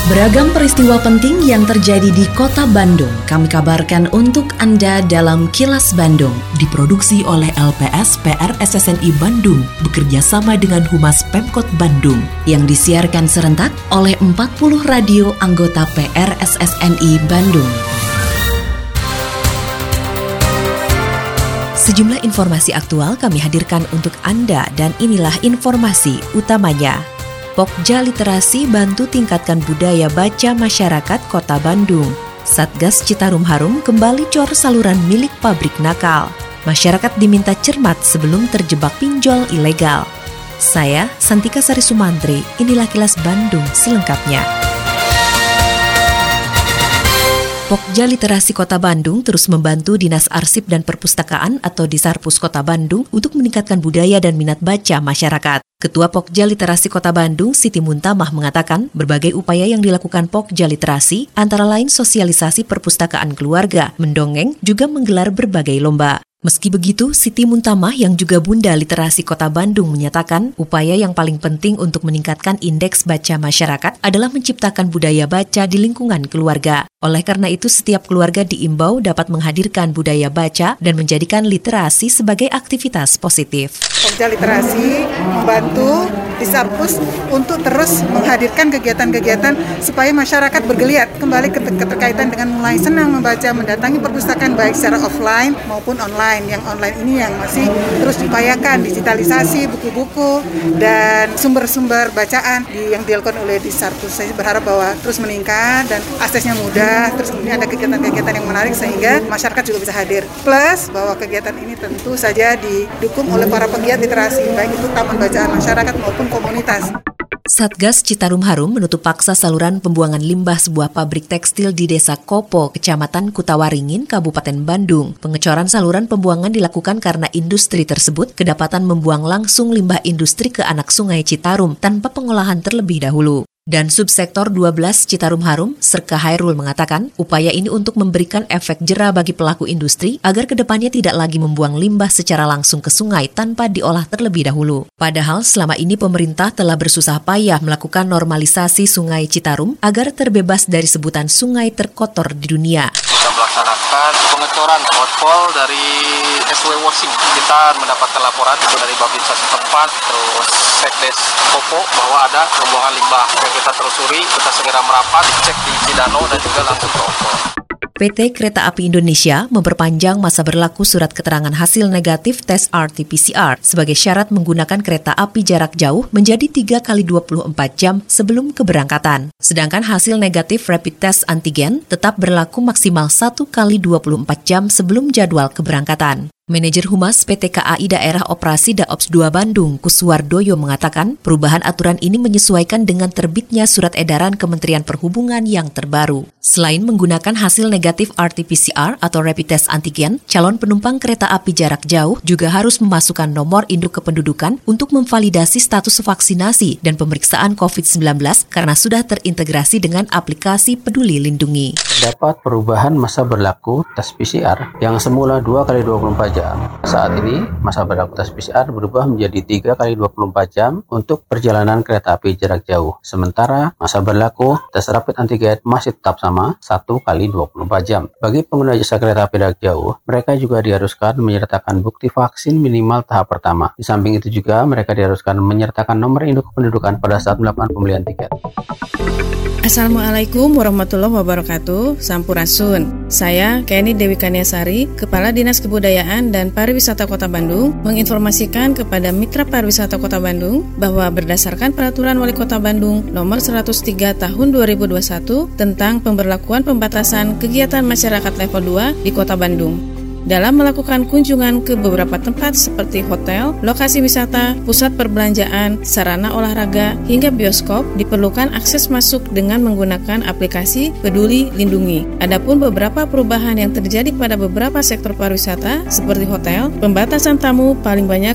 Beragam peristiwa penting yang terjadi di Kota Bandung kami kabarkan untuk Anda dalam Kilas Bandung. Diproduksi oleh LPS PR SSNI Bandung bekerja sama dengan Humas Pemkot Bandung yang disiarkan serentak oleh 40 radio anggota PR SSNI Bandung. Sejumlah informasi aktual kami hadirkan untuk Anda dan inilah informasi utamanya. Pokja Literasi bantu tingkatkan budaya baca masyarakat Kota Bandung. Satgas Citarum Harum kembali cor saluran milik pabrik nakal. Masyarakat diminta cermat sebelum terjebak pinjol ilegal. Saya, Santika Sari Sumantri, inilah Kilas Bandung selengkapnya. Pokja Literasi Kota Bandung terus membantu Dinas Arsip dan Perpustakaan atau Disarpus Kota Bandung untuk meningkatkan budaya dan minat baca masyarakat. Ketua Pokja Literasi Kota Bandung, Siti Muntamah mengatakan berbagai upaya yang dilakukan Pokja Literasi antara lain sosialisasi perpustakaan keluarga, mendongeng, juga menggelar berbagai lomba. Meski begitu, Siti Muntamah yang juga Bunda Literasi Kota Bandung menyatakan upaya yang paling penting untuk meningkatkan indeks baca masyarakat adalah menciptakan budaya baca di lingkungan keluarga. Oleh karena itu, setiap keluarga diimbau dapat menghadirkan budaya baca dan menjadikan literasi sebagai aktivitas positif. Pokja Literasi membantu Disarpus untuk terus menghadirkan kegiatan-kegiatan supaya masyarakat bergeliat kembali keterkaitan dengan mulai senang membaca, mendatangi perpustakaan baik secara offline maupun online. Yang online ini yang masih terus diupayakan digitalisasi buku-buku dan sumber-sumber bacaan yang dilakukan oleh Disarpus. Saya berharap bahwa terus meningkat dan aksesnya mudah, terus kemudian ada kegiatan-kegiatan yang menarik sehingga masyarakat juga bisa hadir. Plus bahwa kegiatan ini tentu saja didukung oleh para pegiat literasi, baik itu taman bacaan masyarakat maupun komunitas. Satgas Citarum Harum menutup paksa saluran pembuangan limbah sebuah pabrik tekstil di Desa Kopo, Kecamatan Kutawaringin, Kabupaten Bandung. Pengecoran saluran pembuangan dilakukan karena industri tersebut kedapatan membuang langsung limbah industri ke anak sungai Citarum tanpa pengolahan terlebih dahulu. Dan Subsektor 12 Citarum Harum, Serka Hairul mengatakan, upaya ini untuk memberikan efek jera bagi pelaku industri agar kedepannya tidak lagi membuang limbah secara langsung ke sungai tanpa diolah terlebih dahulu. Padahal selama ini pemerintah telah bersusah payah melakukan normalisasi sungai Citarum agar terbebas dari sebutan sungai terkotor di dunia. Kita melaksanakan pengecoran outfall dari SW Washing. Kita mendapatkan laporan itu dari Babinsa setempat, terus Sekdes Kopo bahwa ada pembuangan limbah. Kita telusuri, kita segera merapat, cek di Cidano dan juga langsung ke outfall. PT Kereta Api Indonesia memperpanjang masa berlaku surat keterangan hasil negatif tes RT-PCR sebagai syarat menggunakan kereta api jarak jauh menjadi 3 kali 24 jam sebelum keberangkatan. Sedangkan hasil negatif rapid test antigen tetap berlaku maksimal 1 kali 24 jam sebelum jadwal keberangkatan. Manajer Humas PT KAI Daerah Operasi Daops 2 Bandung, Kuswardoyo mengatakan perubahan aturan ini menyesuaikan dengan terbitnya surat edaran Kementerian Perhubungan yang terbaru. Selain menggunakan hasil negatif RT-PCR atau rapid test antigen, calon penumpang kereta api jarak jauh juga harus memasukkan nomor induk kependudukan untuk memvalidasi status vaksinasi dan pemeriksaan COVID-19 karena sudah terintegrasi dengan aplikasi Peduli Lindungi. Dapat perubahan masa berlaku tes PCR yang semula 2 kali 24 jam. Saat ini, masa berlaku tes PCR berubah menjadi 3 kali 24 jam untuk perjalanan kereta api jarak jauh. Sementara, masa berlaku tes rapid antigen masih tetap sama 1 kali 24 jam. Bagi pengguna jasa kereta api jarak jauh, mereka juga diharuskan menyertakan bukti vaksin minimal tahap pertama. Di samping itu juga, mereka diharuskan menyertakan nomor induk kependudukan pada saat melakukan pembelian tiket. Assalamualaikum warahmatullahi wabarakatuh. Sampurasun. Saya Kenny Dewi Kaniasari, Kepala Dinas Kebudayaan dan Pariwisata Kota Bandung, menginformasikan kepada Mitra Pariwisata Kota Bandung bahwa berdasarkan Peraturan Wali Kota Bandung Nomor 103 Tahun 2021 tentang pemberlakuan pembatasan kegiatan masyarakat level 2 di Kota Bandung. Dalam melakukan kunjungan ke beberapa tempat seperti hotel, lokasi wisata, pusat perbelanjaan, sarana olahraga, hingga bioskop, diperlukan akses masuk dengan menggunakan aplikasi Peduli Lindungi. Adapun beberapa perubahan yang terjadi pada beberapa sektor pariwisata seperti hotel, pembatasan tamu paling banyak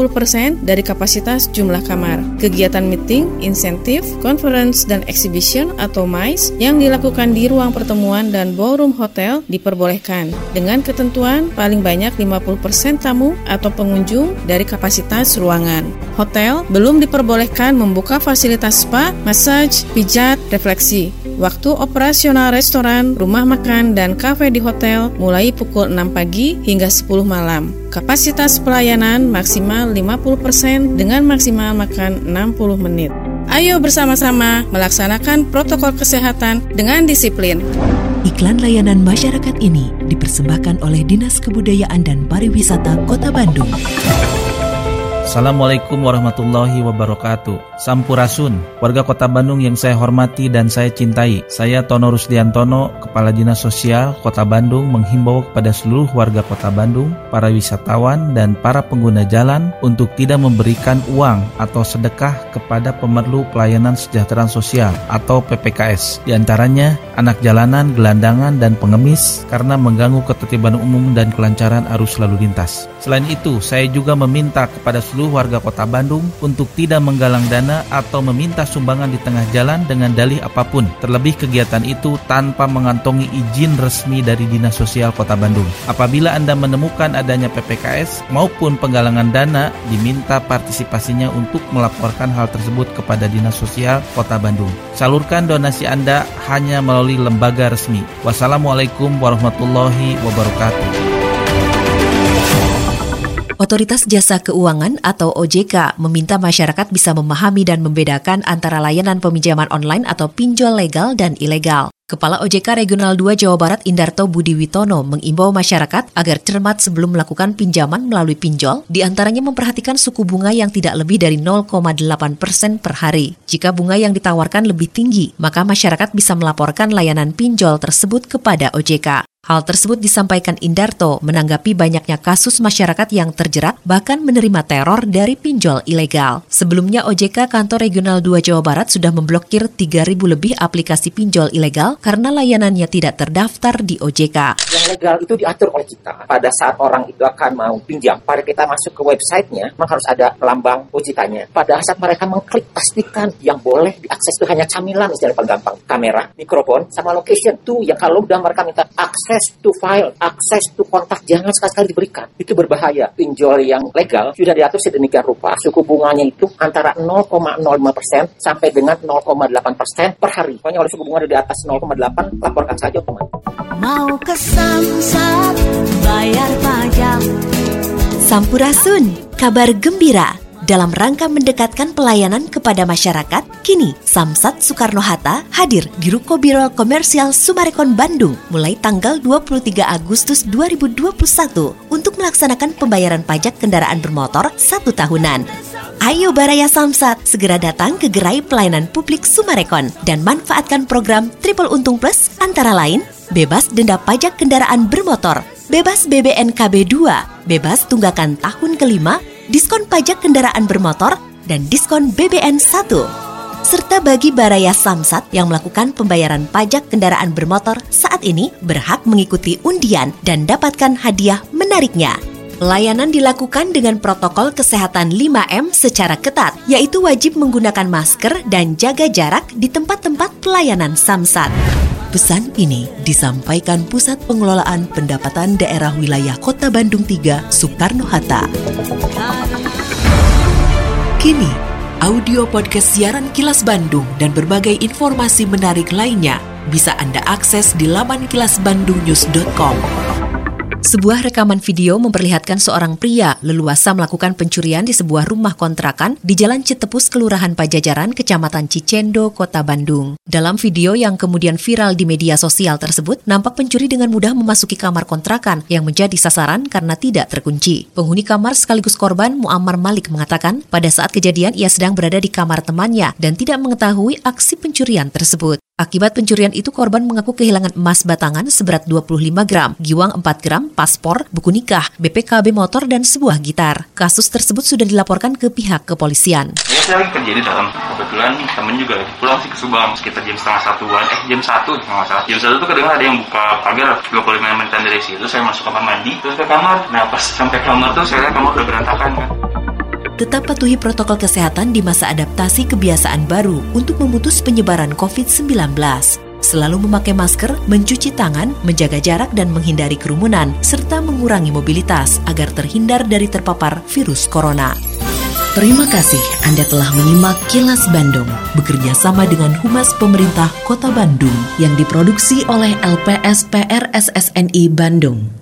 70% dari kapasitas jumlah kamar. Kegiatan meeting, insentif, conference, dan exhibition atau MICE yang dilakukan di ruang pertemuan dan ballroom hotel diperbolehkan dengan ketentuan paling banyak 50% tamu atau pengunjung dari kapasitas ruangan. Hotel belum diperbolehkan membuka fasilitas spa, massage, pijat, refleksi. Waktu operasional restoran, rumah makan, dan kafe di hotel mulai pukul 6 pagi hingga 10 malam. Kapasitas pelayanan maksimal 50% dengan maksimal makan 60 menit. Ayo bersama-sama melaksanakan protokol kesehatan dengan disiplin. Iklan layanan masyarakat ini dipersembahkan oleh Dinas Kebudayaan dan Pariwisata Kota Bandung. Assalamualaikum warahmatullahi wabarakatuh. Sampurasun, warga Kota Bandung yang saya hormati dan saya cintai. Saya Tono Rusdiantono, Kepala Dinas Sosial Kota Bandung, menghimbau kepada seluruh warga Kota Bandung, para wisatawan dan para pengguna jalan untuk tidak memberikan uang atau sedekah kepada pemerlu pelayanan kesejahteraan sosial atau PPKS. Di antaranya anak jalanan, gelandangan, dan pengemis karena mengganggu ketertiban umum dan kelancaran arus lalu lintas. Selain itu, saya juga meminta kepada seluruh warga Kota Bandung untuk tidak menggalang dana atau meminta sumbangan di tengah jalan dengan dalih apapun, terlebih kegiatan itu tanpa mengantongi izin resmi dari Dinas Sosial Kota Bandung. Apabila Anda menemukan adanya PPKS maupun penggalangan dana, diminta partisipasinya untuk melaporkan hal tersebut kepada Dinas Sosial Kota Bandung. Salurkan donasi Anda hanya melalui lembaga resmi. Wassalamualaikum warahmatullahi wabarakatuh. Otoritas Jasa Keuangan atau OJK meminta masyarakat bisa memahami dan membedakan antara layanan peminjaman online atau pinjol legal dan ilegal. Kepala OJK Regional 2 Jawa Barat Indarto Budi Witono mengimbau masyarakat agar cermat sebelum melakukan pinjaman melalui pinjol, diantaranya memperhatikan suku bunga yang tidak lebih dari 0,8% per hari. Jika bunga yang ditawarkan lebih tinggi, maka masyarakat bisa melaporkan layanan pinjol tersebut kepada OJK. Hal tersebut disampaikan Indarto menanggapi banyaknya kasus masyarakat yang terjerat bahkan menerima teror dari pinjol ilegal. Sebelumnya OJK Kantor Regional 2 Jawa Barat sudah memblokir 3.000 lebih aplikasi pinjol ilegal karena layanannya tidak terdaftar di OJK. Yang legal itu diatur oleh kita. Pada saat orang itu akan mau pinjam, pada kita masuk ke websitenya, memang harus ada lambang OJK-nya. Pada saat mereka mengklik, pastikan yang boleh diakses itu hanya camilan, misalnya paling gampang. Kamera, mikrofon, sama location. Itu yang kalau udah mereka minta akses to file, akses to kontak, jangan sekali-sekali diberikan. Itu berbahaya. Pinjol yang legal sudah diatur sedemikian rupa. Suku bunganya itu antara 0,05% sampai dengan 0,8% per hari. Pokoknya oleh suku bunga di atas 0,8, laporkan saja teman. Mau ke Samsat, bayar pajak. Sampurasun, kabar gembira. Dalam rangka mendekatkan pelayanan kepada masyarakat, kini Samsat Soekarno-Hatta hadir di Ruko Biro Komersial Summarecon Bandung mulai tanggal 23 Agustus 2021 untuk melaksanakan pembayaran pajak kendaraan bermotor 1 tahunan. Ayo Baraya Samsat, segera datang ke gerai pelayanan publik Summarecon dan manfaatkan program Triple Untung Plus antara lain bebas denda pajak kendaraan bermotor, bebas BBNKB 2, bebas tunggakan tahun kelima, diskon pajak kendaraan bermotor, dan diskon BBN 1. Serta bagi Baraya Samsat yang melakukan pembayaran pajak kendaraan bermotor saat ini berhak mengikuti undian dan dapatkan hadiah menariknya. Layanan dilakukan dengan protokol kesehatan 5M secara ketat, yaitu wajib menggunakan masker dan jaga jarak di tempat-tempat pelayanan Samsat. Pesan ini disampaikan Pusat Pengelolaan Pendapatan Daerah Wilayah Kota Bandung 3, Soekarno-Hatta. Kini, audio podcast siaran Kilas Bandung dan berbagai informasi menarik lainnya bisa Anda akses di laman kilasbandungnews.com. Sebuah rekaman video memperlihatkan seorang pria leluasa melakukan pencurian di sebuah rumah kontrakan di Jalan Citepus, Kelurahan Pajajaran, Kecamatan Cicendo, Kota Bandung. Dalam video yang kemudian viral di media sosial tersebut, nampak pencuri dengan mudah memasuki kamar kontrakan yang menjadi sasaran karena tidak terkunci. Penghuni kamar sekaligus korban, Muammar Malik, mengatakan pada saat kejadian ia sedang berada di kamar temannya dan tidak mengetahui aksi pencurian tersebut. Akibat pencurian itu, korban mengaku kehilangan emas batangan seberat 25 gram, giwang 4 gram, paspor, buku nikah, BPKB motor, dan sebuah gitar. Kasus tersebut sudah dilaporkan ke pihak kepolisian. Ya, saya lagi kerja di dalam. Kebetulan temen juga lagi pulang sih ke Subang sekitar jam 12:30-an. Jam 1 kalau nggak salah. Jam 1 tuh kedengar ada yang buka pagar 25 menitan dari situ. Saya masuk kamar mandi, terus ke kamar. Nah, pas sampai kamar tuh saya lihat kamar udah berantakan kan. Tetap patuhi protokol kesehatan di masa adaptasi kebiasaan baru untuk memutus penyebaran COVID-19. Selalu memakai masker, mencuci tangan, menjaga jarak dan menghindari kerumunan, serta mengurangi mobilitas agar terhindar dari terpapar virus corona. Terima kasih Anda telah menyimak Kilas Bandung bekerja sama dengan Humas Pemerintah Kota Bandung yang diproduksi oleh LPSPR SSNI Bandung.